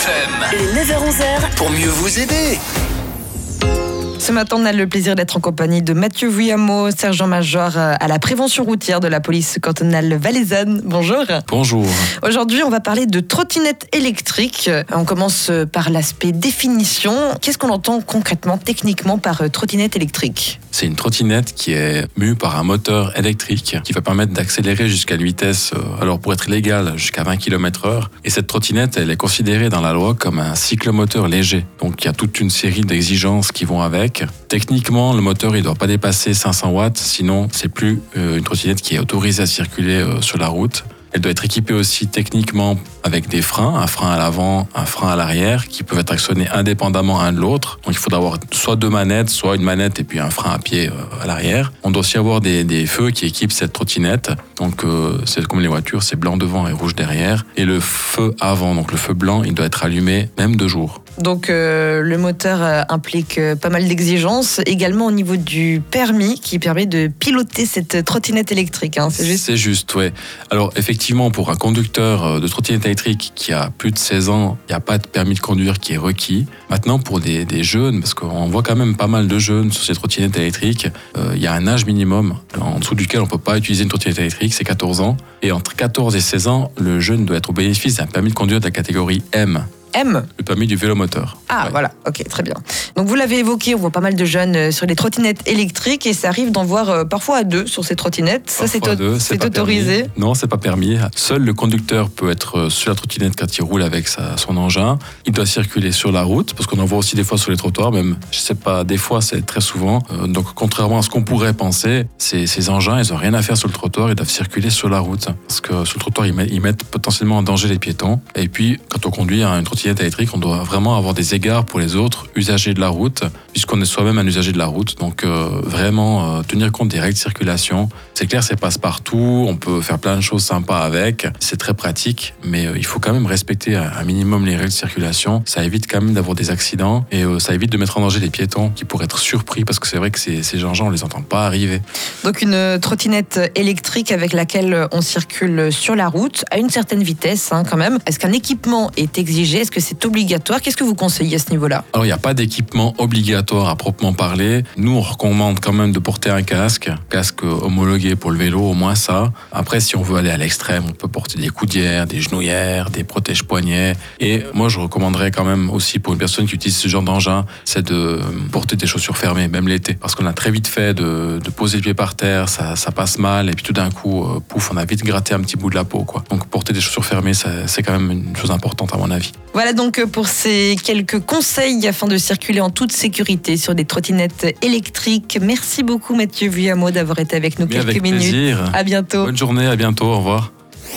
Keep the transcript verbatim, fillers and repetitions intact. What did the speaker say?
M. Le neuf heures onze Pour mieux vous aider. Ce matin, on a le plaisir d'être en compagnie de Mathieu Vuillamo, sergent-major à la prévention routière de la police cantonale valaisanne. Bonjour. Bonjour. Aujourd'hui, on va parler de trottinettes électriques. On commence par l'aspect définition. Qu'est-ce qu'on entend concrètement, techniquement, par trottinette électrique ? C'est une trottinette qui est mue par un moteur électrique qui va permettre d'accélérer jusqu'à une vitesse, alors pour être légale, jusqu'à vingt kilomètres heure. Et cette trottinette, elle est considérée dans la loi comme un cyclomoteur léger. Donc il y a toute une série d'exigences qui vont avec. Techniquement, le moteur il ne doit pas dépasser cinq cents watts, sinon c'est plus euh, une trottinette qui est autorisée à circuler euh, sur la route. Elle doit être équipée aussi techniquement avec des freins, un frein à l'avant, un frein à l'arrière, qui peuvent être actionnés indépendamment un de l'autre. Donc il faudra avoir soit deux manettes, soit une manette et puis un frein à pied à l'arrière. On doit aussi avoir des, des feux qui équipent cette trottinette. Donc euh, c'est comme les voitures, c'est blanc devant et rouge derrière. Et le feu avant, donc le feu blanc, il doit être allumé même de jour. Donc euh, le moteur euh, implique euh, pas mal d'exigences, également au niveau du permis qui permet de piloter cette trottinette électrique, hein, c'est juste ? C'est juste, oui. Alors effectivement, pour un conducteur de trottinette électrique qui a plus de seize ans, il n'y a pas de permis de conduire qui est requis. Maintenant, pour des, des jeunes, parce qu'on voit quand même pas mal de jeunes sur ces trottinettes électriques, euh, il y a un âge minimum en dessous duquel on ne peut pas utiliser une trottinette électrique, c'est quatorze ans. Et entre quatorze et seize ans, le jeune doit être au bénéfice d'un permis de conduire de la catégorie M. M. Le permis du vélomoteur. Ah, ouais. Voilà, ok, très bien. Donc vous l'avez évoqué, on voit pas mal de jeunes sur les trottinettes électriques et ça arrive d'en voir euh, parfois à deux sur ces trottinettes. Ça, c'est, à deux, c'est, c'est autorisé ? Permis. Non, c'est pas permis. Seul le conducteur peut être sur la trottinette quand il roule avec sa, son engin. Il doit circuler sur la route, parce qu'on en voit aussi des fois sur les trottoirs, même, je sais pas, des fois, c'est très souvent. Euh, donc, contrairement à ce qu'on pourrait penser, ces, ces engins, ils ont rien à faire sur le trottoir, ils doivent circuler sur la route. Parce que sur le trottoir, ils mettent, ils mettent potentiellement en danger les piétons. Et puis, quand on conduit une trottinette électrique, on doit vraiment avoir des égards pour les autres usagers de la route, puisqu'on est soi-même un usager de la route. Donc euh, vraiment euh, tenir compte des règles de circulation. C'est clair, c'est passe-partout, on peut faire plein de choses sympas avec, c'est très pratique, mais euh, il faut quand même respecter un minimum les règles de circulation. Ça évite quand même d'avoir des accidents et euh, ça évite de mettre en danger les piétons qui pourraient être surpris, parce que c'est vrai que ces, ces gens, on les entend pas arriver. Donc une trottinette électrique avec laquelle on circule sur la route à une certaine vitesse, hein, quand même. Est-ce qu'un équipement est exigé ? Est-ce que c'est obligatoire ? Qu'est-ce que vous conseillez à ce niveau-là ? Alors, il n'y a pas d'équipement obligatoire à proprement parler. Nous, on recommande quand même de porter un casque, casque homologué pour le vélo, au moins ça. Après, si on veut aller à l'extrême, on peut porter des coudières, des genouillères, des protège-poignets. Et moi, je recommanderais quand même aussi pour une personne qui utilise ce genre d'engin, c'est de porter des chaussures fermées, même l'été. Parce qu'on a très vite fait de, de poser le pied par terre, ça, ça passe mal, et puis tout d'un coup, euh, pouf, on a vite gratté un petit bout de la peau, quoi. Donc, porter des chaussures fermées, ça, c'est quand même une chose importante à mon avis. Voilà donc pour ces quelques conseils afin de circuler en toute sécurité sur des trottinettes électriques. Merci beaucoup Mathieu Vuillamo d'avoir été avec nous Mais quelques avec minutes. Plaisir. À bientôt. Bonne journée, à bientôt, au revoir.